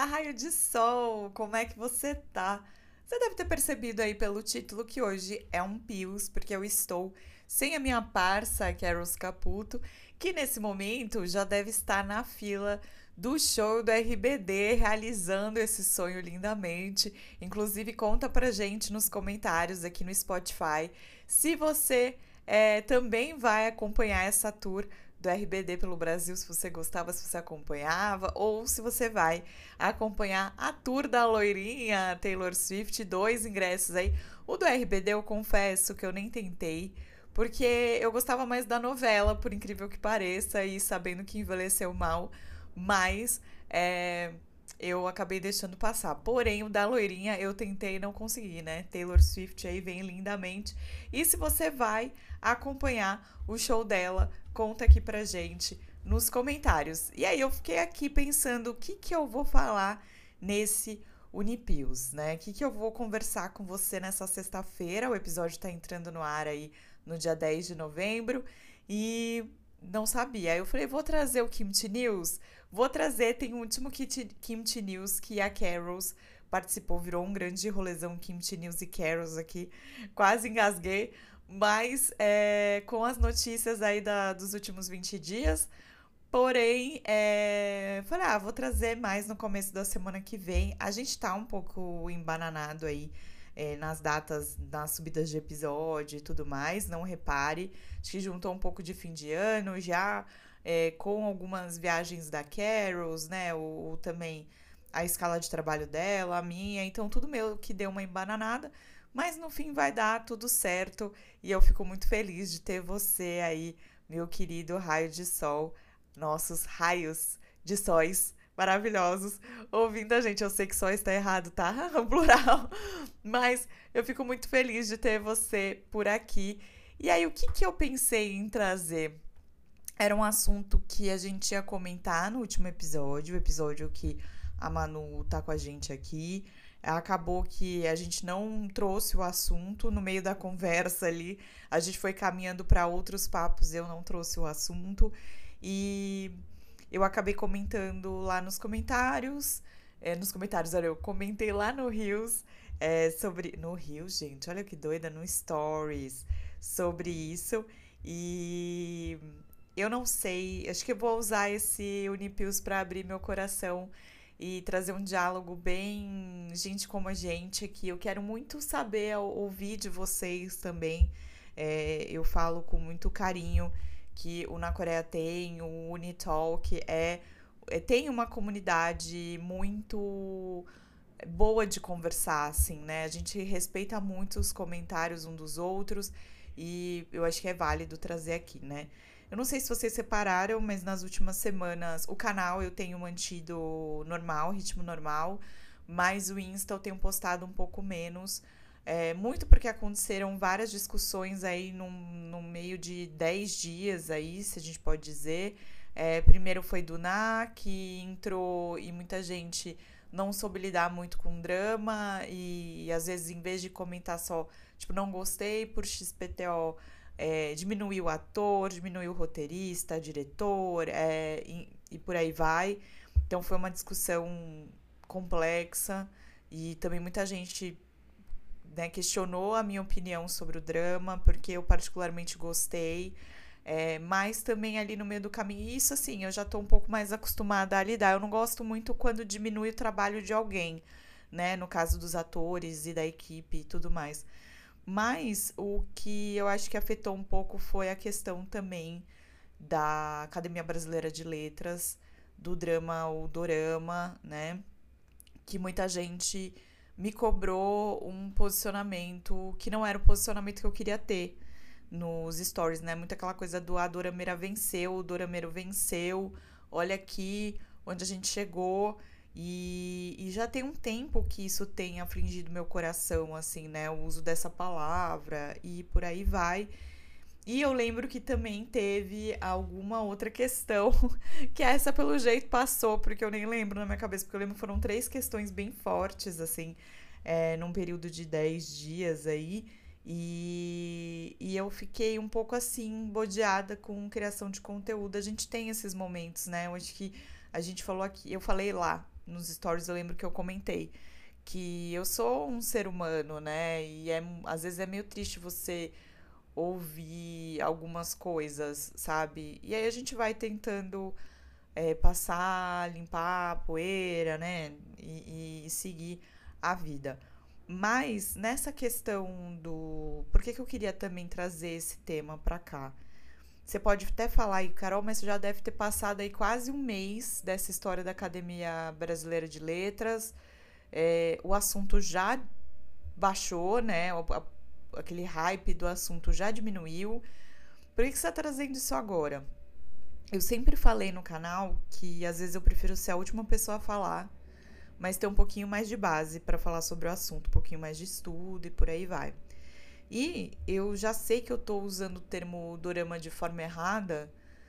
Olá, raio de sol! Como é que você tá? Você deve ter percebido aí pelo título que hoje é um Pios, porque eu estou sem a minha parça, Carol Caputo, que nesse momento já deve estar na fila do show do RBD, realizando esse sonho lindamente. Inclusive, conta pra gente nos comentários aqui no Spotify se você também vai acompanhar essa tour do RBD pelo Brasil, se você gostava, se você acompanhava, ou se você vai acompanhar a tour da loirinha Taylor Swift, dois ingressos aí. O do RBD eu confesso que eu nem tentei, porque eu gostava mais da novela, por incrível que pareça, e sabendo que envelheceu mal, mas eu acabei deixando passar. Porém, o da loirinha eu tentei e não consegui, né? Taylor Swift aí vem lindamente. E se você vai acompanhar o show dela, conta aqui pra gente nos comentários. E aí eu fiquei aqui pensando o que eu vou falar nesse Unipios, né? O que eu vou conversar com você nessa sexta-feira. O episódio tá entrando no ar aí no dia 10 de novembro e não sabia. Aí eu falei, vou trazer o Kimchi News. Vou trazer, tem o último Kimchi News que a Carols participou, virou um grande rolezão Kimchi News e Carols aqui. Quase engasguei, mas com as notícias aí dos últimos 20 dias. Porém, falei, vou trazer mais no começo da semana que vem. A gente tá um pouco embananado aí nas datas, nas subidas de episódio e tudo mais, não repare. Acho que juntou um pouco de fim de ano já, com algumas viagens da Carols, né? Também a escala de trabalho dela, a minha, então tudo meio que deu uma embananada. Mas no fim vai dar tudo certo e eu fico muito feliz de ter você aí, meu querido raio de sol, nossos raios de sóis maravilhosos ouvindo a gente. Eu sei que só está errado, tá? O plural. Mas eu fico muito feliz de ter você por aqui. E aí, o que eu pensei em trazer? Era um assunto que a gente ia comentar no último episódio, o episódio que a Manu tá com a gente aqui. Acabou que a gente não trouxe o assunto no meio da conversa ali. A gente foi caminhando para outros papos, eu não trouxe o assunto. E eu acabei comentando lá nos comentários. Nos comentários, olha, eu comentei lá no Rios sobre. No Rios, gente, olha que doida, no Stories sobre isso. E eu não sei, acho que eu vou usar esse Unipios para abrir meu coração e trazer um diálogo bem gente como a gente aqui. Eu quero muito saber, ouvir de vocês também. Eu falo com muito carinho que o Na Coreia tem, o Unitalk tem uma comunidade muito boa de conversar, assim, né? A gente respeita muito os comentários um dos outros e eu acho que é válido trazer aqui, né? Eu não sei se vocês separaram, mas nas últimas semanas o canal eu tenho mantido normal, ritmo normal, mas o Insta eu tenho postado um pouco menos. Muito porque aconteceram várias discussões aí no meio de 10 dias aí, se a gente pode dizer. Primeiro foi do Na, que entrou e muita gente não soube lidar muito com drama e às vezes em vez de comentar só, tipo, não gostei por XPTO, diminuiu o ator, diminuiu o roteirista, diretor, e por aí vai. Então foi uma discussão complexa e também muita gente, né, questionou a minha opinião sobre o drama, porque eu particularmente gostei. Mas também ali no meio do caminho, isso assim, eu já tô um pouco mais acostumada a lidar. Eu não gosto muito quando diminui o trabalho de alguém, né? No caso dos atores e da equipe e tudo mais. Mas o que eu acho que afetou um pouco foi a questão também da Academia Brasileira de Letras, do drama ou dorama, né? Que muita gente me cobrou um posicionamento que não era o posicionamento que eu queria ter nos stories, né? Muito aquela coisa do a Dorameira venceu, o Dorameiro venceu, olha aqui onde a gente chegou. E já tem um tempo que isso tem afligido meu coração, assim, né? O uso dessa palavra e por aí vai. E eu lembro que também teve alguma outra questão, que essa pelo jeito passou, porque eu nem lembro na minha cabeça, porque eu lembro que foram três questões bem fortes, assim, num período de 10 dias aí. E eu fiquei um pouco assim, bodeada com criação de conteúdo. A gente tem esses momentos, né? Eu acho que a gente falou aqui, eu falei lá nos stories eu lembro que eu comentei que eu sou um ser humano, né? E às vezes é meio triste você ouvir algumas coisas, sabe? E aí a gente vai tentando passar, limpar a poeira, né? E seguir a vida. Mas nessa questão do. Por que que eu queria também trazer esse tema pra cá? Você pode até falar aí, Carol, mas você já deve ter passado aí quase um mês dessa história da Academia Brasileira de Letras. O assunto já baixou, né? Aquele hype do assunto já diminuiu. Por que que você está trazendo isso agora? Eu sempre falei no canal que às vezes eu prefiro ser a última pessoa a falar, mas ter um pouquinho mais de base para falar sobre o assunto, um pouquinho mais de estudo e por aí vai. E eu já sei que eu tô usando o termo dorama de forma errada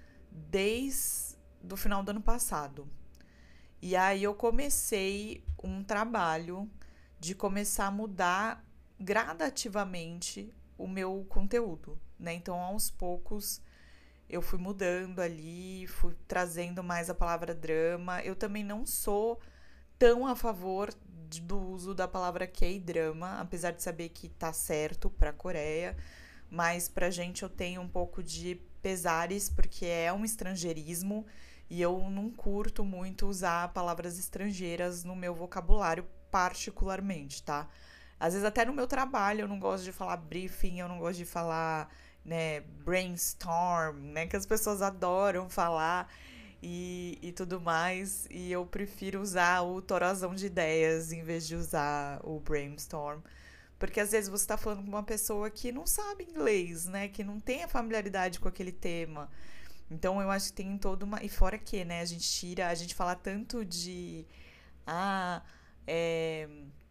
desde o final do ano passado. E aí eu comecei um trabalho de começar a mudar gradativamente o meu conteúdo, né? Então, aos poucos, eu fui mudando ali, fui trazendo mais a palavra drama. Eu também não sou tão a favor do uso da palavra K-drama, apesar de saber que tá certo pra Coreia, mas pra gente eu tenho um pouco de pesares, porque é um estrangeirismo e eu não curto muito usar palavras estrangeiras no meu vocabulário, particularmente, tá? Às vezes até no meu trabalho eu não gosto de falar briefing, eu não gosto de falar, né, brainstorm, né, que as pessoas adoram falar e tudo mais. E eu prefiro usar o torozão de ideias em vez de usar o brainstorm. Porque às vezes você está falando com uma pessoa que não sabe inglês, né? Que não tem a familiaridade com aquele tema. Então eu acho que tem toda uma. E fora que, né, a gente fala tanto de. Ah, é,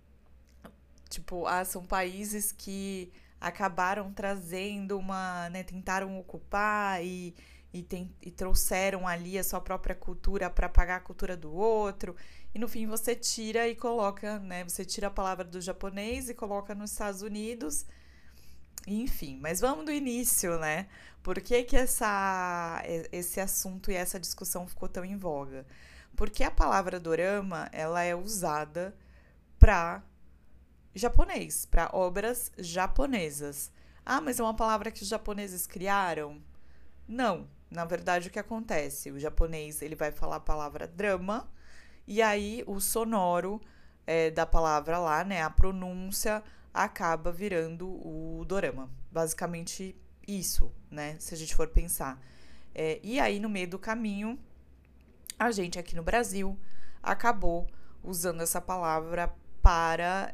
tipo, são países que acabaram trazendo uma, né, tentaram ocupar e trouxeram ali a sua própria cultura para pagar a cultura do outro. E no fim você tira e coloca, né, você tira a palavra do japonês e coloca nos Estados Unidos. Enfim, mas vamos do início, né? Por que que esse assunto e essa discussão ficou tão em voga? Porque a palavra dorama, ela é usada para japonês, para obras japonesas. Ah, mas é uma palavra que os japoneses criaram? Não. Na verdade, o que acontece? O japonês ele vai falar a palavra drama e aí o sonoro da palavra lá, né, a pronúncia acaba virando o dorama. Basicamente isso, né, se a gente for pensar. E aí, no meio do caminho, a gente aqui no Brasil acabou usando essa palavra para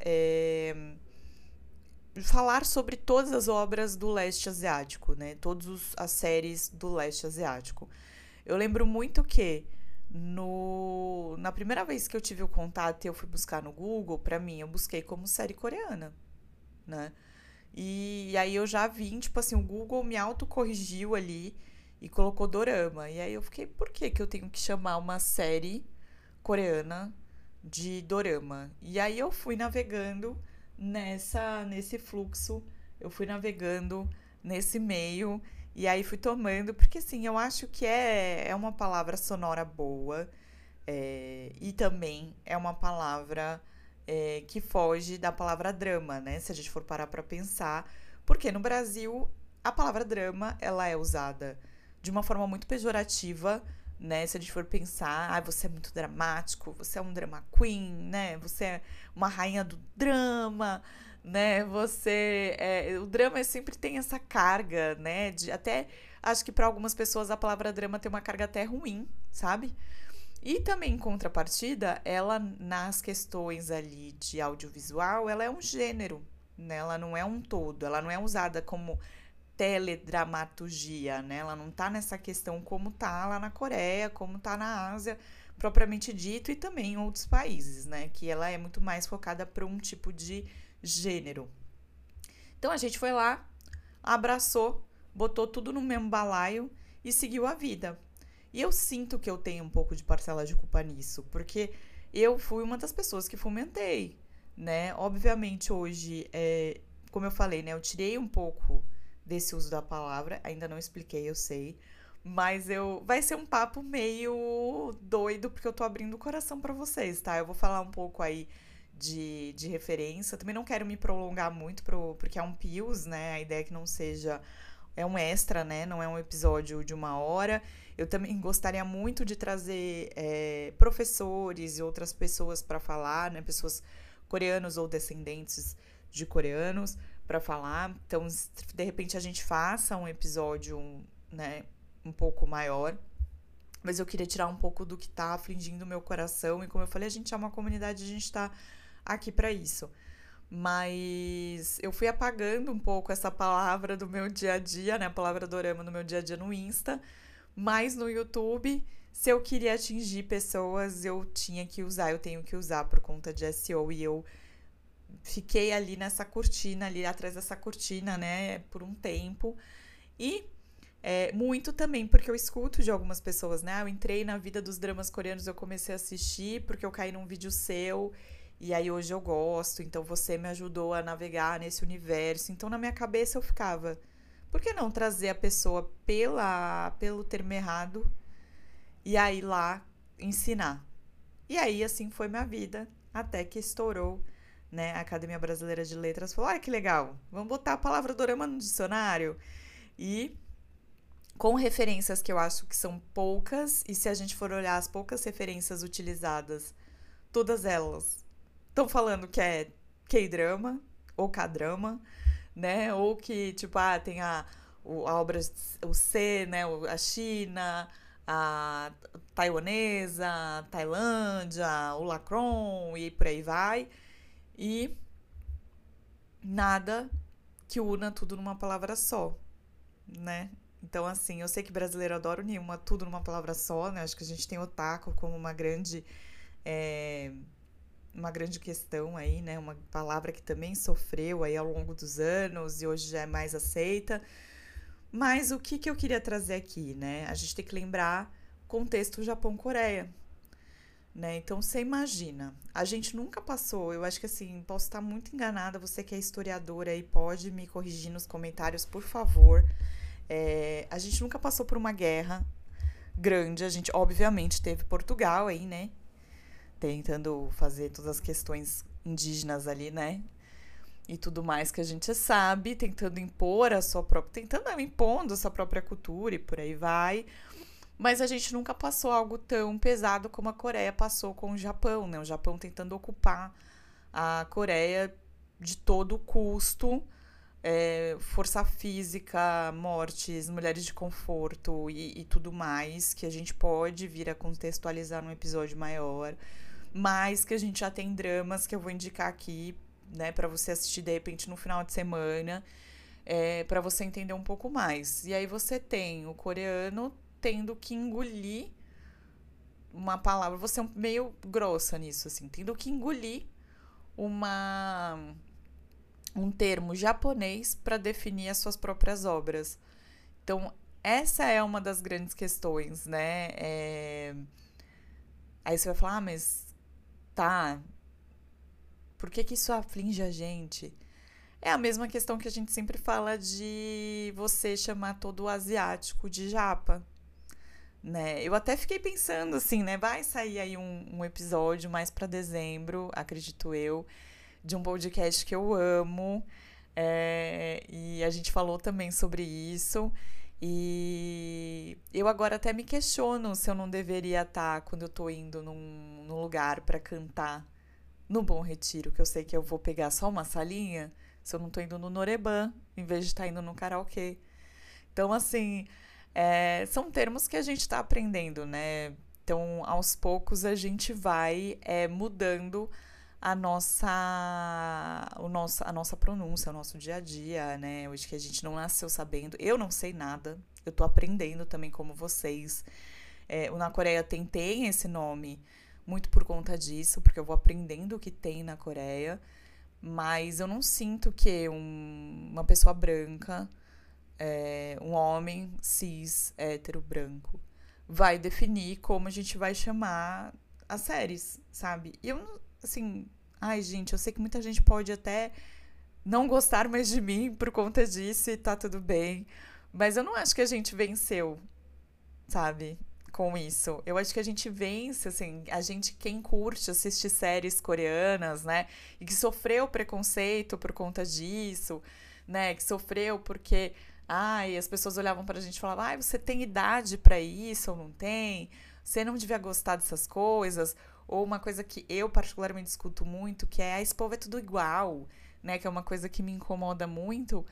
falar sobre todas as obras do leste asiático, né? Todas as séries do leste asiático. Eu lembro muito que na primeira vez que eu tive o contato e eu fui buscar no Google, pra mim, eu busquei como série coreana, né? E aí eu já vi, tipo assim, o Google me autocorrigiu ali e colocou dorama. E aí eu fiquei, por que que eu tenho que chamar uma série coreana de dorama? E aí eu fui navegando nesse fluxo, eu fui navegando nesse meio e aí fui tomando, porque assim, eu acho que é uma palavra sonora boa e também é uma palavra que foge da palavra drama, né? Se a gente for parar pra pensar, porque no Brasil a palavra drama ela é usada de uma forma muito pejorativa, né? Se a gente for pensar, você é muito dramático, você é um drama queen, né? Você é uma rainha do drama, né? O drama sempre tem essa carga, né? Até acho que para algumas pessoas a palavra drama tem uma carga até ruim, sabe? E também em contrapartida, ela nas questões ali de audiovisual, ela é um gênero, né? Ela não é um todo, ela não é usada como teledramaturgia, né? Ela não tá nessa questão como tá lá na Coreia, como tá na Ásia, propriamente dito, e também em outros países, né? Que ela é muito mais focada para um tipo de gênero. Então a gente foi lá, abraçou, botou tudo no mesmo balaio e seguiu a vida. E eu sinto que eu tenho um pouco de parcela de culpa nisso, porque eu fui uma das pessoas que fomentei, né? Obviamente hoje, como eu falei, né? Eu tirei um pouco desse uso da palavra, ainda não expliquei, eu sei, Mas vai ser um papo meio doido, porque eu tô abrindo o coração pra vocês, tá? Eu vou falar um pouco aí de referência. Também não quero me prolongar muito, porque é um Pios, né? A ideia é que não seja. É um extra, né? Não é um episódio de 1 hora. Eu também gostaria muito de trazer professores e outras pessoas para falar, né? Pessoas coreanos ou descendentes de coreanos para falar. Então, de repente, a gente faça um episódio, né? Um pouco maior. Mas eu queria tirar um pouco do que tá afligindo o meu coração. E como eu falei, a gente é uma comunidade, a gente tá aqui para isso. Mas eu fui apagando um pouco essa palavra do meu dia a dia, né? A palavra dorama no meu dia a dia no Insta. Mas no YouTube, se eu queria atingir pessoas, eu tinha que usar, eu tenho que usar por conta de SEO. E eu fiquei ali nessa cortina, ali atrás dessa cortina, né? Por um tempo. E muito também porque eu escuto de algumas pessoas, né? Eu entrei na vida dos dramas coreanos, eu comecei a assistir porque eu caí num vídeo seu e aí hoje eu gosto, então você me ajudou a navegar nesse universo. Então na minha cabeça eu ficava, por que não trazer a pessoa pelo termo errado e aí lá ensinar? E aí assim foi minha vida, até que estourou, né? A Academia Brasileira de Letras falou, olha que legal, vamos botar a palavra dorama no dicionário. E com referências que eu acho que são poucas, e se a gente for olhar as poucas referências utilizadas, todas elas estão falando que é K-drama ou K-drama, né? Ou que, tipo, tem a obra, o C, né? A China, a taiwanesa, a Tailândia, o Lacron e por aí vai. E nada que una tudo numa palavra só, né? Então, assim, eu sei que brasileiro adora unir tudo numa palavra só, né? Acho que a gente tem otaku como é, uma grande questão aí, né? Uma palavra que também sofreu aí ao longo dos anos e hoje já é mais aceita. Mas o que eu queria trazer aqui, né? A gente tem que lembrar o contexto Japão-Coreia, né? Então, você imagina, a gente nunca passou, eu acho que assim, posso estar muito enganada, você que é historiadora aí pode me corrigir nos comentários, por favor. A gente nunca passou por uma guerra grande. A gente, obviamente, teve Portugal aí, né? Tentando fazer todas as questões indígenas ali, né? E tudo mais que a gente sabe, tentando impor a sua própria. Tentando impondo a sua própria cultura e por aí vai. Mas a gente nunca passou algo tão pesado como a Coreia passou com o Japão, né? O Japão tentando ocupar a Coreia de todo custo. Força física, mortes, mulheres de conforto e tudo mais, que a gente pode vir a contextualizar num episódio maior, mas que a gente já tem dramas que eu vou indicar aqui, né, para você assistir de repente no final de semana, para você entender um pouco mais. E aí você tem o coreano tendo que engolir uma palavra, você é meio grossa nisso, assim, tendo que engolir um termo japonês para definir as suas próprias obras. Então, essa é uma das grandes questões, né? Aí você vai falar, mas tá, por que isso aflige a gente? É a mesma questão que a gente sempre fala de você chamar todo o asiático de japa, né? Eu até fiquei pensando assim, né? Vai sair aí um episódio mais para dezembro, acredito eu, de um podcast que eu amo, e a gente falou também sobre isso. E eu agora até me questiono se eu não deveria estar, quando eu tô indo num lugar para cantar no Bom Retiro, que eu sei que eu vou pegar só uma salinha, se eu não tô indo no Noreban, em vez de estar indo no karaokê. Então, assim, são termos que a gente está aprendendo, né? Então, aos poucos, a gente vai mudando a nossa pronúncia, o nosso dia a dia, né? Eu acho que a gente não nasceu sabendo. Eu não sei nada, eu tô aprendendo também como vocês. O Na Coreia tem esse nome muito por conta disso, porque eu vou aprendendo o que tem na Coreia, mas eu não sinto que uma pessoa branca, um homem cis, hétero, branco, vai definir como a gente vai chamar as séries, sabe? E eu, assim, ai, gente, eu sei que muita gente pode até não gostar mais de mim por conta disso e tá tudo bem, mas eu não acho que a gente venceu, sabe? Com isso. Eu acho que a gente vence, assim, a gente, quem curte assistir séries coreanas, né? E que sofreu preconceito por conta disso, né? Que sofreu porque, ai, as pessoas olhavam pra gente e falavam, ai, você tem idade pra isso ou não tem? Você não devia gostar dessas coisas. Ou uma coisa que eu particularmente escuto muito, que é, esse povo é tudo igual, né? Que é uma coisa que me incomoda muito.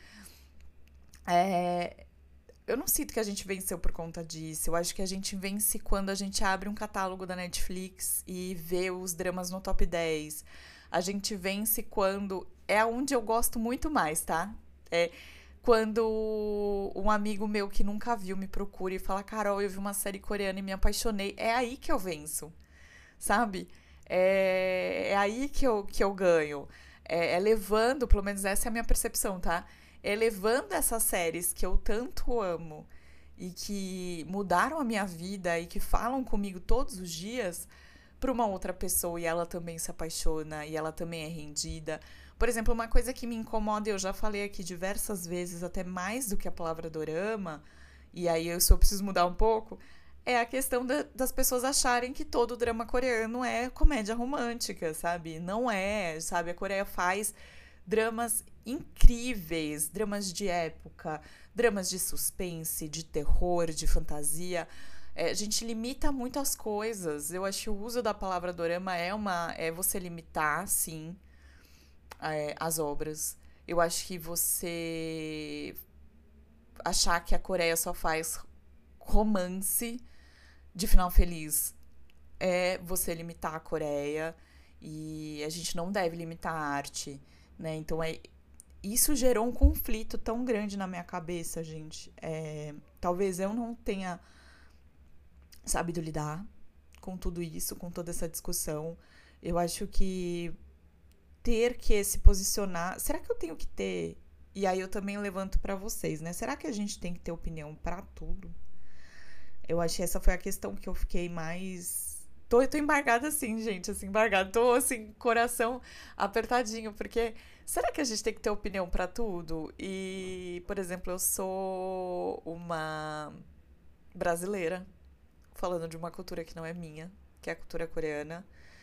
É, eu não sinto que a gente venceu por conta disso. Eu acho que a gente vence quando a gente abre um catálogo da Netflix e vê os dramas no top 10. A gente vence quando. É onde eu gosto muito mais, tá? É quando um amigo meu que nunca viu me procura e fala: Carol, eu vi uma série coreana e me apaixonei. É aí que eu venço, sabe? É aí que eu ganho. É levando, pelo menos essa é a minha percepção, tá? É levando essas séries que eu tanto amo e que mudaram a minha vida e que falam comigo todos os dias para uma outra pessoa e ela também se apaixona e ela também é rendida. Por exemplo, uma coisa que me incomoda, eu já falei aqui diversas vezes, até mais do que a palavra dorama, e aí eu só preciso mudar um pouco, é a questão das pessoas acharem que todo drama coreano é comédia romântica, sabe? Não é, sabe? A Coreia faz dramas incríveis, dramas de época, dramas de suspense, de terror, de fantasia. A gente limita muito as coisas. Eu acho que o uso da palavra dorama é você limitar, sim, as obras. Eu acho que você achar que a Coreia só faz romance de final feliz é você limitar a Coreia e a gente não deve limitar a arte, né? Então isso gerou um conflito tão grande na minha cabeça, gente. Talvez eu não tenha sabido lidar com tudo isso, com toda essa discussão. Eu acho que ter que se posicionar. Será que eu tenho que ter? E aí eu também levanto pra vocês, né? Será que a gente tem que ter opinião pra tudo? Eu acho que essa foi a questão que eu fiquei mais. Eu tô embargada assim, gente, assim, embargada. Tô, assim, coração apertadinho, porque será que a gente tem que ter opinião pra tudo? E, por exemplo, eu sou uma brasileira, falando de uma cultura que não é minha, que é a cultura coreana.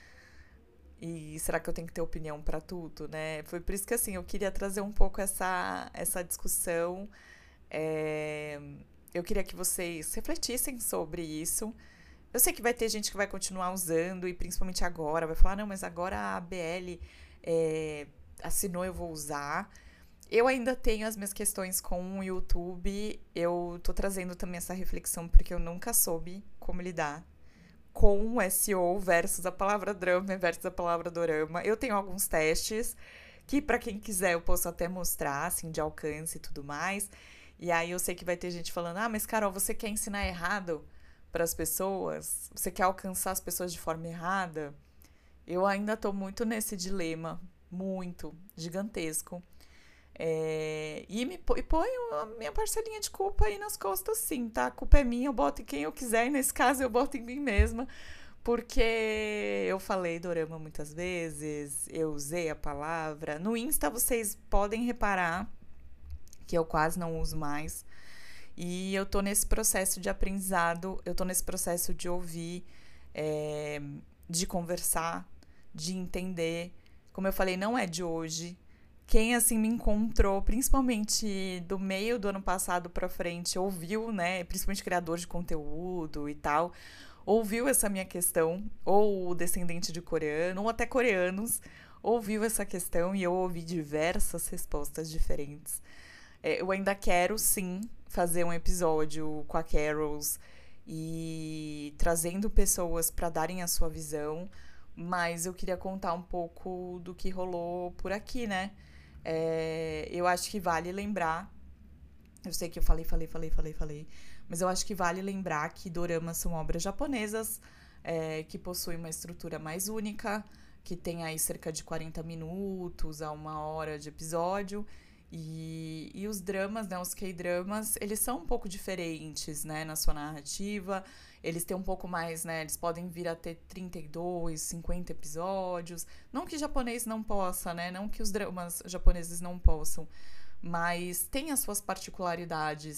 E será que eu tenho que ter opinião pra tudo, né? Foi por isso que, assim, eu queria trazer um pouco essa discussão. É, eu queria que vocês refletissem sobre isso. Eu sei que vai ter gente que vai continuar usando, e principalmente agora, vai falar, não, mas agora a ABL assinou, eu vou usar. Eu ainda tenho as minhas questões com o YouTube. Eu tô trazendo também essa reflexão porque eu nunca soube como lidar com o SEO versus a palavra drama versus a palavra dorama. Eu tenho alguns testes que, para quem quiser, eu posso até mostrar, assim, de alcance e tudo mais. E aí eu sei que vai ter gente falando, ah, mas Carol, você quer ensinar errado para as pessoas? Você quer alcançar as pessoas de forma errada? Eu ainda tô muito nesse dilema, muito gigantesco. E ponho a minha parcelinha de culpa aí nas costas, sim, tá? A culpa é minha, eu boto em quem eu quiser, e nesse caso eu boto em mim mesma, porque eu falei dorama muitas vezes, eu usei a palavra. No Insta vocês podem reparar que eu quase não uso mais. E eu tô nesse processo de aprendizado, eu tô nesse processo de ouvir, é, de conversar, de entender. Como eu falei, não é de hoje. Quem assim me encontrou, principalmente do meio do ano passado pra frente, ouviu, né? Principalmente criador de conteúdo e tal, ouviu essa minha questão, ou o descendente de coreano, ou até coreanos, ouviu essa questão e eu ouvi diversas respostas diferentes. Eu ainda quero, sim, fazer um episódio com a Carols e trazendo pessoas para darem a sua visão, mas eu queria contar um pouco do que rolou por aqui, né? Eu acho que vale lembrar. Eu sei que eu falei, mas eu acho que vale lembrar que doramas são obras japonesas, que possuem uma estrutura mais única, que tem aí cerca de 40 minutos a 1 hora de episódio. E os dramas, né, os K-dramas, eles são um pouco diferentes, né, na sua narrativa. Eles têm um pouco mais, né, eles podem vir a ter 32, 50 episódios. Não que japonês não possa, né, não que os dramas japoneses não possam, mas tem as suas particularidades,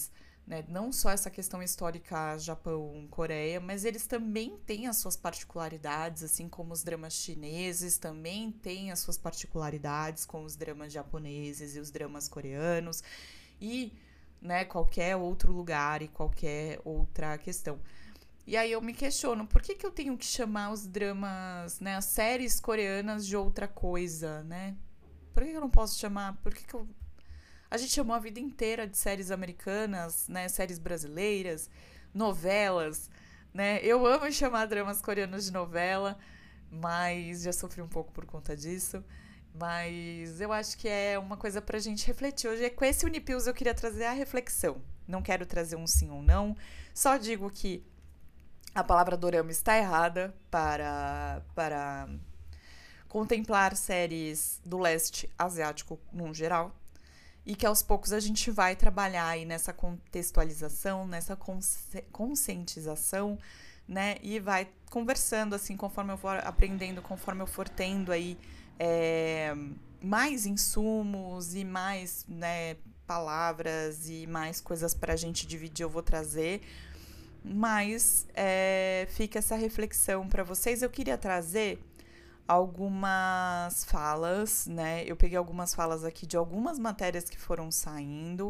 né? Não só essa questão histórica Japão-Coreia, mas eles também têm as suas particularidades, assim como os dramas chineses também têm as suas particularidades com os dramas japoneses e os dramas coreanos e, né, qualquer outro lugar e qualquer outra questão. E aí eu me questiono, por que eu tenho que chamar os dramas, né, as séries coreanas de outra coisa, né? Por que eu não posso chamar? A gente chamou a vida inteira de séries americanas, né, séries brasileiras, novelas, né? Eu amo chamar dramas coreanos de novela, mas já sofri um pouco por conta disso. Mas eu acho que é uma coisa pra gente refletir. Hoje, com esse Unipios, eu queria trazer a reflexão. Não quero trazer um sim ou não. Só digo que a palavra dorama está errada para contemplar séries do leste asiático no geral. E que aos poucos a gente vai trabalhar aí nessa contextualização, nessa conscientização, né? E vai conversando, assim, conforme eu for aprendendo, conforme eu for tendo aí mais insumos e mais, né, palavras e mais coisas pra gente dividir, eu vou trazer. Mas fica essa reflexão para vocês. Eu queria trazer algumas falas, né? Eu peguei algumas falas aqui de algumas matérias que foram saindo.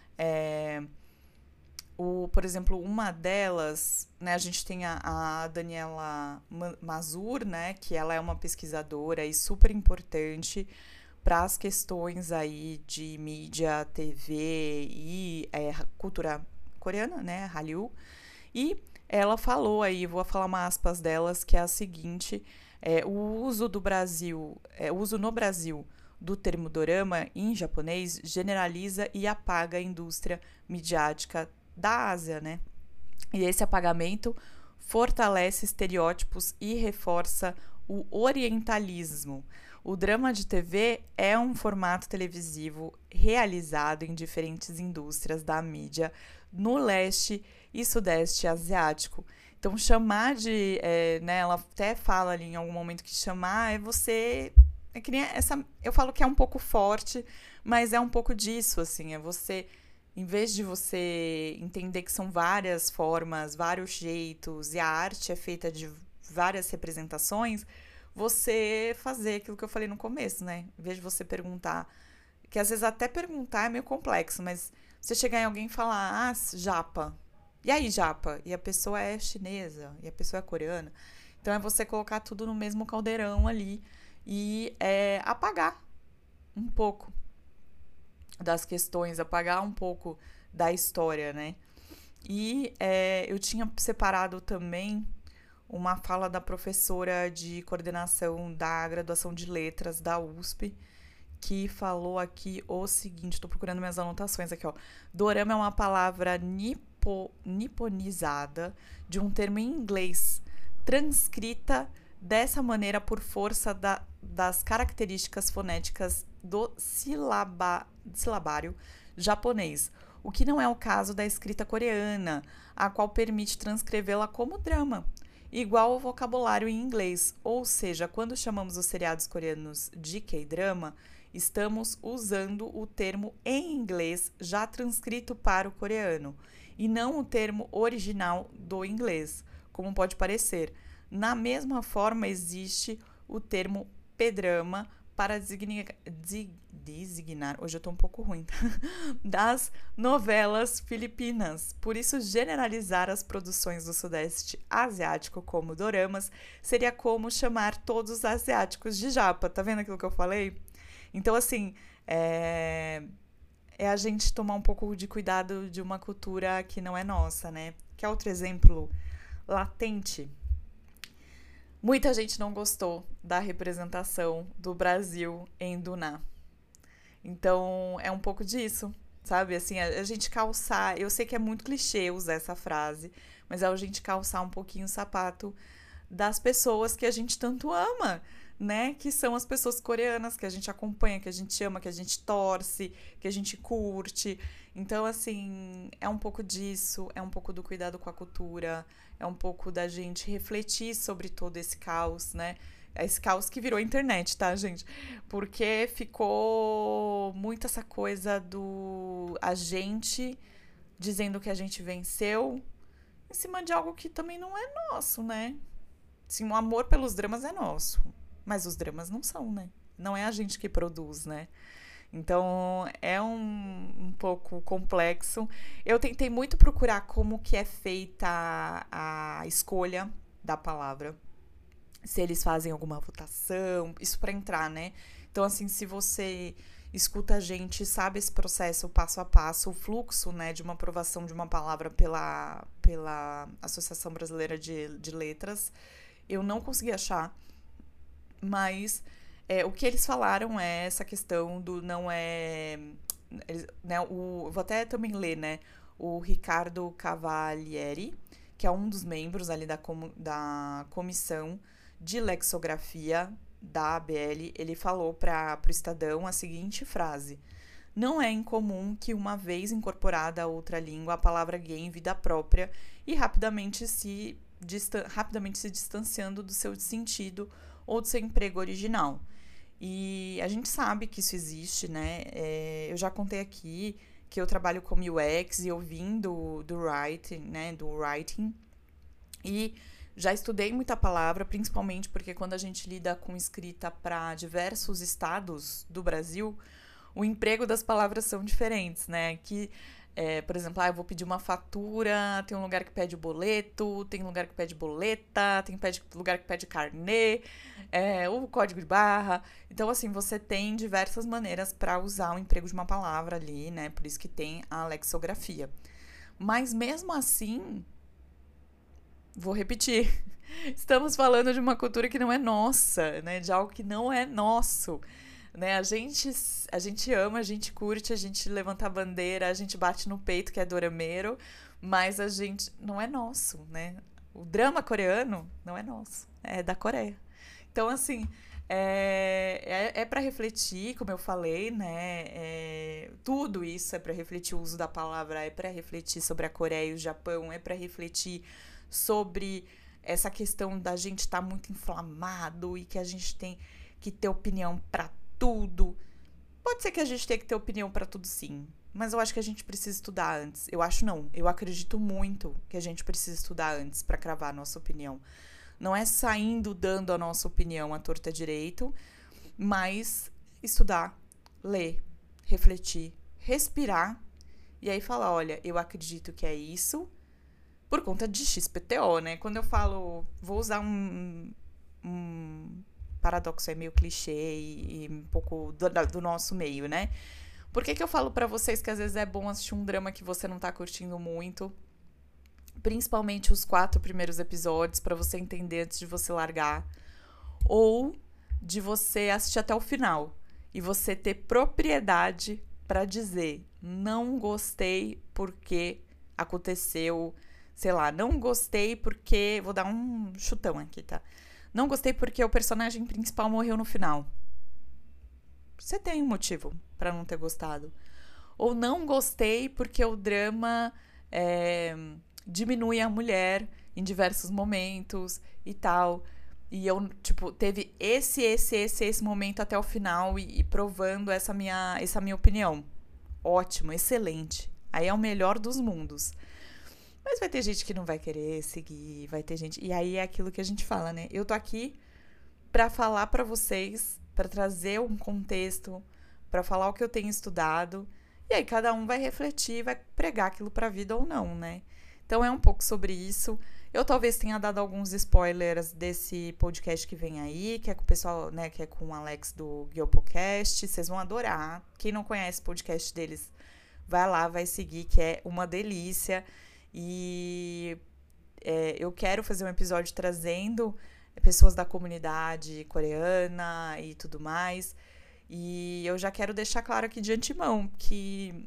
Por exemplo, uma delas, né? A gente tem a Daniela Mazur, né? Que ela é uma pesquisadora e super importante para as questões aí de mídia, TV e cultura coreana, né? Hallyu. E ela falou aí, vou falar uma aspas delas, que é a seguinte: o uso no Brasil do termo dorama em japonês generaliza e apaga a indústria midiática da Ásia, né? E esse apagamento fortalece estereótipos e reforça o orientalismo. O drama de TV é um formato televisivo realizado em diferentes indústrias da mídia no leste e sudeste asiático. Então, chamar de... né, ela até fala ali em algum momento que chamar é você... É que nem essa, eu falo que é um pouco forte, mas é um pouco disso, assim. É você... Em vez de você entender que são várias formas, vários jeitos, e a arte é feita de várias representações, você fazer aquilo que eu falei no começo, né? Em vez de você perguntar... Que às vezes até perguntar é meio complexo, mas você chegar em alguém e falar, japa. E aí, japa? E a pessoa é chinesa, e a pessoa é coreana. Então é você colocar tudo no mesmo caldeirão ali e apagar um pouco das questões, apagar um pouco da história, né? E eu tinha separado também uma fala da professora de coordenação da graduação de letras da USP, que falou aqui o seguinte, estou procurando minhas anotações aqui, ó. Dorama é uma palavra niponizada de um termo em inglês, transcrita dessa maneira por força das características fonéticas do silabário japonês, o que não é o caso da escrita coreana, a qual permite transcrevê-la como drama, igual ao vocabulário em inglês, ou seja, quando chamamos os seriados coreanos de K-drama, estamos usando o termo em inglês já transcrito para o coreano, e não o termo original do inglês, como pode parecer. Na mesma forma, existe o termo P-drama para designar, hoje eu tô um pouco ruim, tá? Das novelas filipinas. Por isso, generalizar as produções do Sudeste Asiático como doramas seria como chamar todos os asiáticos de japa. Tá vendo aquilo que eu falei? Então, assim, é a gente tomar um pouco de cuidado de uma cultura que não é nossa, né? Que é outro exemplo latente. Muita gente não gostou da representação do Brasil em Duná. Então, é um pouco disso, sabe? Assim, a gente calçar... Eu sei que é muito clichê usar essa frase, mas é a gente calçar um pouquinho o sapato das pessoas que a gente tanto ama, né? Que são as pessoas coreanas que a gente acompanha, que a gente ama, que a gente torce, que a gente curte. Então, assim, é um pouco disso, é um pouco do cuidado com a cultura, é um pouco da gente refletir sobre todo esse caos, né? Esse caos que virou internet, tá, gente? Porque ficou muito essa coisa do a gente dizendo que a gente venceu em cima de algo que também não é nosso, né? Sim, o amor pelos dramas é nosso, mas os dramas não são, né? Não é a gente que produz, né? Então é um pouco complexo. Eu tentei muito procurar como que é feita a escolha da palavra. Se eles fazem alguma votação, isso para entrar, né? Então, assim, se você escuta a gente, sabe esse processo passo a passo, o fluxo, né, de uma aprovação de uma palavra pela Associação Brasileira de Letras, eu não consegui achar, mas o que eles falaram é essa questão do não é. Eles, né, vou até também ler, né? O Ricardo Cavalieri, que é um dos membros ali da comissão de lexografia da ABL, ele falou para o Estadão a seguinte frase: não é incomum que, uma vez incorporada a outra língua, a palavra ganhe vida própria e rapidamente se distanciando do seu sentido ou do seu emprego original. E a gente sabe que isso existe, né? Eu já contei aqui que eu trabalho como UX e eu vim do writing, né? Do writing. E já estudei muita palavra, principalmente porque quando a gente lida com escrita para diversos estados do Brasil, o emprego das palavras são diferentes, né? Que, por exemplo, eu vou pedir uma fatura, tem um lugar que pede boleto, tem lugar que pede boleta, tem lugar que pede carnê, o código de barra. Então, assim, você tem diversas maneiras para usar o emprego de uma palavra ali, né? Por isso que tem a lexografia. Mas mesmo assim, vou repetir, estamos falando de uma cultura que não é nossa, né? De algo que não é nosso. Né? A gente ama, a gente curte, a gente levanta a bandeira, a gente bate no peito que é dorameiro, mas a gente não é nosso, né? O drama coreano não é nosso, é da Coreia. Então, assim, é para refletir, como eu falei, né? Tudo isso é para refletir o uso da palavra, é para refletir sobre a Coreia e o Japão, é para refletir sobre essa questão da gente estar muito inflamado e que a gente tem que ter opinião para tudo. Pode ser que a gente tenha que ter opinião para tudo, sim. Mas eu acho que a gente precisa estudar antes. Eu acho não. Eu acredito muito que a gente precisa estudar antes para cravar a nossa opinião. Não é saindo dando a nossa opinião à torta direito, mas estudar, ler, refletir, respirar e aí falar, olha, eu acredito que é isso por conta de XPTO, né? Quando eu falo, vou usar um paradoxo, é meio clichê e um pouco do nosso meio, né? Por que eu falo pra vocês que às vezes é bom assistir um drama que você não tá curtindo muito? Principalmente os 4 primeiros episódios, pra você entender antes de você largar. Ou de você assistir até o final. E você ter propriedade pra dizer, não gostei porque aconteceu, sei lá, não gostei porque... Vou dar um chutão aqui, tá? Não gostei porque o personagem principal morreu no final. Você tem um motivo pra não ter gostado. Ou não gostei porque o drama diminui a mulher em diversos momentos e tal. E eu, tipo, teve esse momento até o final e provando essa minha opinião. Ótimo, excelente. Aí é o melhor dos mundos. Mas vai ter gente que não vai querer seguir, vai ter gente... E aí é aquilo que a gente fala, né? Eu tô aqui pra falar pra vocês, pra trazer um contexto, pra falar o que eu tenho estudado. E aí cada um vai refletir, vai pregar aquilo pra vida ou não, né? Então é um pouco sobre isso. Eu talvez tenha dado alguns spoilers desse podcast que vem aí, que é com o pessoal, né? Que é com o Alex do Guiopocast. Vocês vão adorar. Quem não conhece o podcast deles, vai lá, vai seguir, que é uma delícia. E eu quero fazer um episódio trazendo pessoas da comunidade coreana e tudo mais. E eu já quero deixar claro aqui de antemão que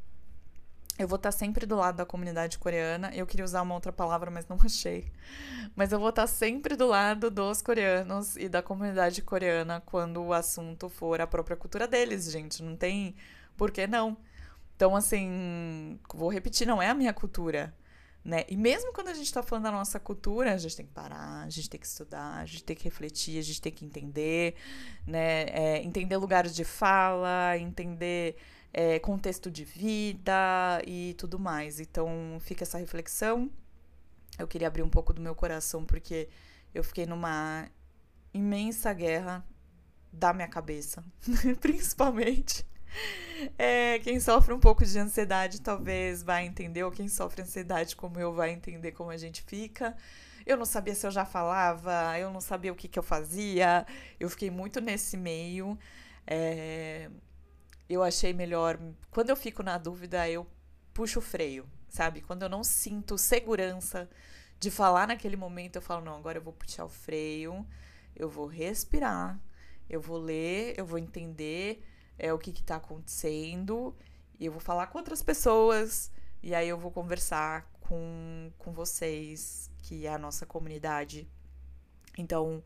eu vou estar sempre do lado da comunidade coreana. Eu queria usar uma outra palavra, mas não achei. Mas eu vou estar sempre do lado dos coreanos e da comunidade coreana quando o assunto for a própria cultura deles, gente. Não tem por que não. Então, assim, vou repetir, não é a minha cultura, né? E mesmo quando a gente tá falando da nossa cultura, a gente tem que parar, a gente tem que estudar, a gente tem que refletir, a gente tem que entender, né? Entender lugares de fala, entender contexto de vida e tudo mais. Então fica essa reflexão. Eu queria abrir um pouco do meu coração porque eu fiquei numa imensa guerra da minha cabeça, principalmente. Quem sofre um pouco de ansiedade talvez vai entender, ou quem sofre ansiedade como eu vai entender como a gente fica. Eu não sabia se eu já falava, eu não sabia o que eu fazia, eu fiquei muito nesse meio. É, eu achei melhor, quando eu fico na dúvida, eu puxo o freio, sabe? Quando eu não sinto segurança de falar naquele momento, eu falo, não, agora eu vou puxar o freio, eu vou respirar, eu vou ler, eu vou entender o que está acontecendo, e eu vou falar com outras pessoas, e aí eu vou conversar com vocês, que é a nossa comunidade. Então,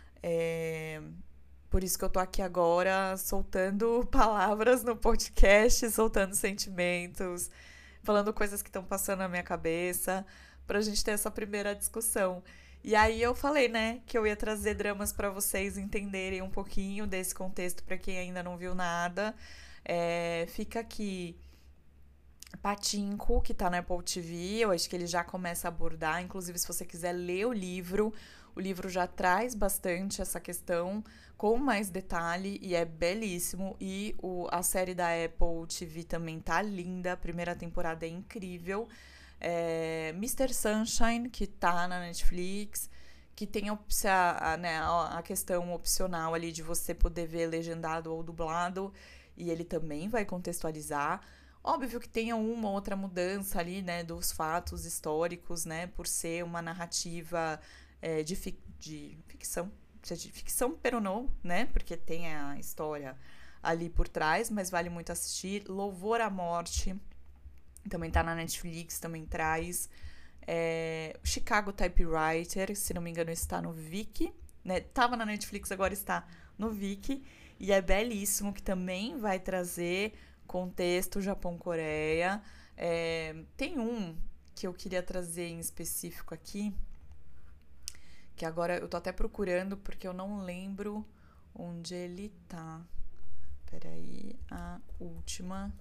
por isso que eu tô aqui agora, soltando palavras no podcast, soltando sentimentos, falando coisas que estão passando na minha cabeça, pra gente ter essa primeira discussão. E aí eu falei, né, que eu ia trazer dramas pra vocês entenderem um pouquinho desse contexto pra quem ainda não viu nada. Fica aqui Pachinko, que tá na Apple TV, eu acho que ele já começa a abordar, inclusive se você quiser ler o livro já traz bastante essa questão com mais detalhe e é belíssimo. E a série da Apple TV também tá linda, a primeira temporada é incrível. Mr. Sunshine, que tá na Netflix, que tem a questão opcional ali de você poder ver legendado ou dublado, e ele também vai contextualizar. Óbvio que tenha uma outra mudança ali, né, dos fatos históricos, né, por ser uma narrativa de ficção, de ficção peronou, né, porque tem a história ali por trás, mas vale muito assistir. Louvor à Morte, também tá na Netflix, também traz. Chicago Typewriter, se não me engano, está no Viki, né, tava na Netflix, agora está no Viki, e é belíssimo, que também vai trazer contexto Japão-Coreia. Tem um que eu queria trazer em específico aqui, que agora eu tô até procurando porque eu não lembro onde ele tá. Peraí, a última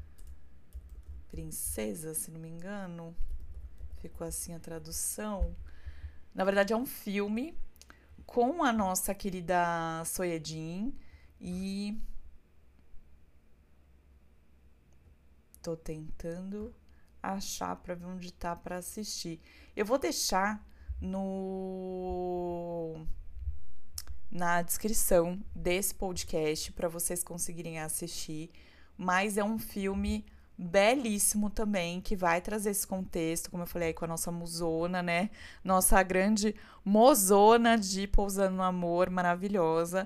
princesa, se não me engano. Ficou assim a tradução. Na verdade é um filme com a nossa querida Soyejin e tô tentando achar pra ver onde tá pra assistir. Eu vou deixar na descrição desse podcast para vocês conseguirem assistir, mas é um filme belíssimo também, que vai trazer esse contexto, como eu falei aí, com a nossa musona, né? Nossa grande mozona de Pousando no Amor, maravilhosa,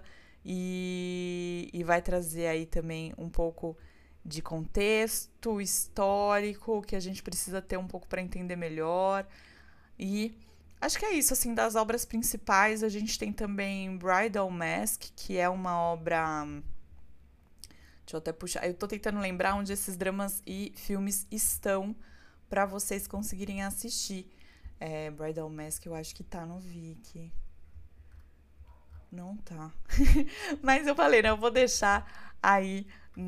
e vai trazer aí também um pouco de contexto histórico que a gente precisa ter um pouco para entender melhor. E acho que é isso, assim, das obras principais. A gente tem também Bridal Mask, que é uma obra... Deixa eu até puxar. Eu tô tentando lembrar onde esses dramas e filmes estão para vocês conseguirem assistir. Bridal Mask eu acho que tá no Viki. Não tá. Mas eu falei, né? Eu vou deixar aí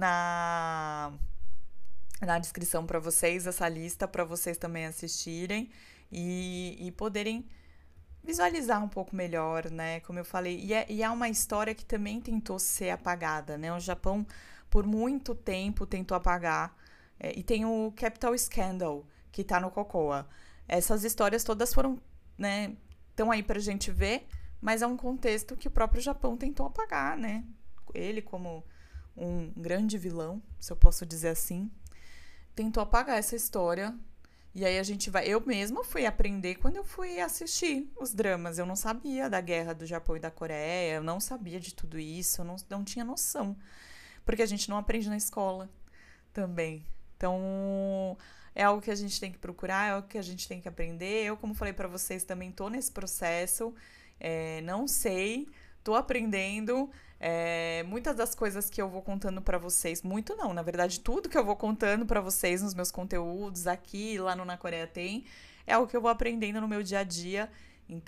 na descrição para vocês essa lista, para vocês também assistirem e poderem visualizar um pouco melhor, né? Como eu falei, e é uma história que também tentou ser apagada, né? O Japão, por muito tempo, tentou apagar. E tem o Capital Scandal, que tá no Cocoa. Essas histórias todas foram, né? Estão aí pra gente ver, mas é um contexto que o próprio Japão tentou apagar, né? Ele, como um grande vilão, se eu posso dizer assim, tentou apagar essa história. E aí a gente vai... Eu mesma fui aprender quando eu fui assistir os dramas. Eu não sabia da guerra do Japão e da Coreia, eu não sabia de tudo isso, eu não tinha noção. Porque a gente não aprende na escola também. Então, é algo que a gente tem que procurar, é algo que a gente tem que aprender. Eu, como falei pra vocês, também tô nesse processo. Não sei, tô aprendendo. Muitas das coisas que eu vou contando pra vocês, muito não, na verdade tudo que eu vou contando pra vocês nos meus conteúdos aqui, lá no Na Coreia Tem, é algo que eu vou aprendendo no meu dia a dia.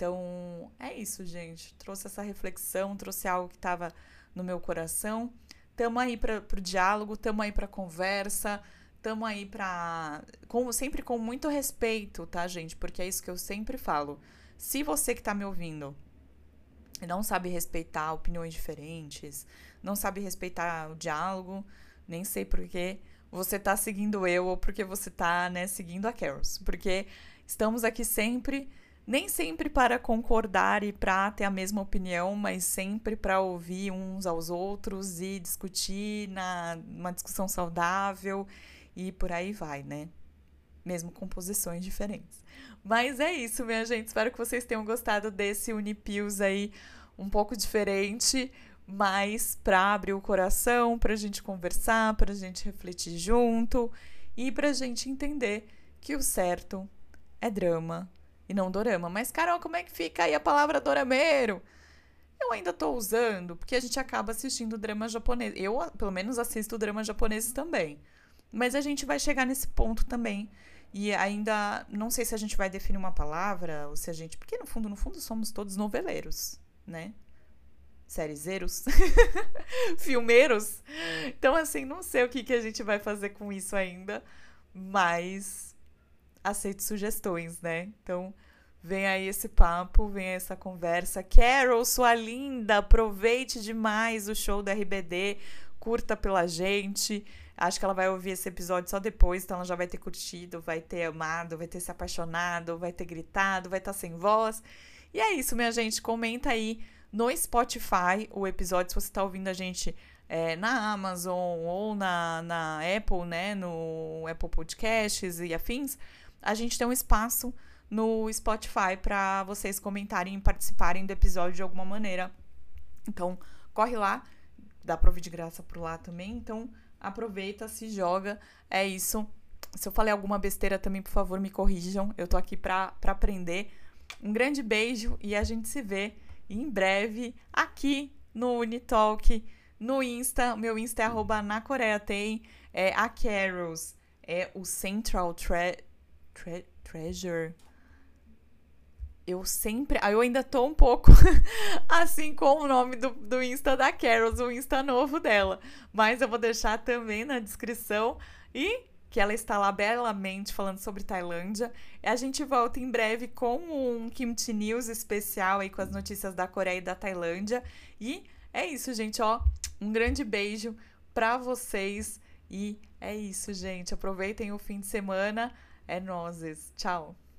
Então é isso, gente, trouxe essa reflexão, trouxe algo que tava no meu coração, Tamo aí pro diálogo, tamo aí pra conversa, tamo aí sempre com muito respeito, tá, gente? Porque é isso que eu sempre falo. Se você que tá me ouvindo não sabe respeitar opiniões diferentes, não sabe respeitar o diálogo, nem sei porque você tá seguindo eu ou porque você tá, né, seguindo a Carols. Porque estamos aqui sempre, nem sempre para concordar e para ter a mesma opinião, mas sempre para ouvir uns aos outros e discutir numa discussão saudável e por aí vai, né? Mesmo com posições diferentes. Mas é isso, minha gente. Espero que vocês tenham gostado desse Unipios aí um pouco diferente, mas pra abrir o coração, pra gente conversar, pra gente refletir junto e pra gente entender que o certo é drama e não dorama. Mas, Carol, como é que fica aí a palavra dorameiro? Eu ainda tô usando, porque a gente acaba assistindo drama japonês. Eu, pelo menos, assisto dramas japoneses também. Mas a gente vai chegar nesse ponto também. E ainda não sei se a gente vai definir uma palavra, ou se a gente. Porque no fundo, somos todos noveleiros, né? Sériezeiros, filmeiros. Então, assim, não sei o que a gente vai fazer com isso ainda, mas aceito sugestões, né? Então, vem aí esse papo, vem aí essa conversa. Carol, sua linda, aproveite demais o show da RBD, curta pela gente. Acho que ela vai ouvir esse episódio só depois, então ela já vai ter curtido, vai ter amado, vai ter se apaixonado, vai ter gritado, vai estar sem voz. E é isso, minha gente. Comenta aí no Spotify o episódio, se você está ouvindo a gente na Amazon ou na Apple, né? No Apple Podcasts e afins. A gente tem um espaço no Spotify para vocês comentarem e participarem do episódio de alguma maneira. Então, corre lá. Dá pra ouvir de graça por lá também. Então, aproveita, se joga. É isso. Se eu falei alguma besteira também, por favor, me corrijam. Eu tô aqui pra aprender. Um grande beijo e a gente se vê em breve aqui no Unitalk, no Insta. Meu Insta é @nacoreatém. A Carols é o Central Treasure. Eu ainda tô um pouco assim com o nome do Insta da Carols, o Insta novo dela. Mas eu vou deixar também na descrição e que ela está lá belamente falando sobre Tailândia. E a gente volta em breve com um Kimchi News especial aí com as notícias da Coreia e da Tailândia. E é isso, gente, ó. Um grande beijo pra vocês. E é isso, gente. Aproveitem o fim de semana. É nóis. Tchau.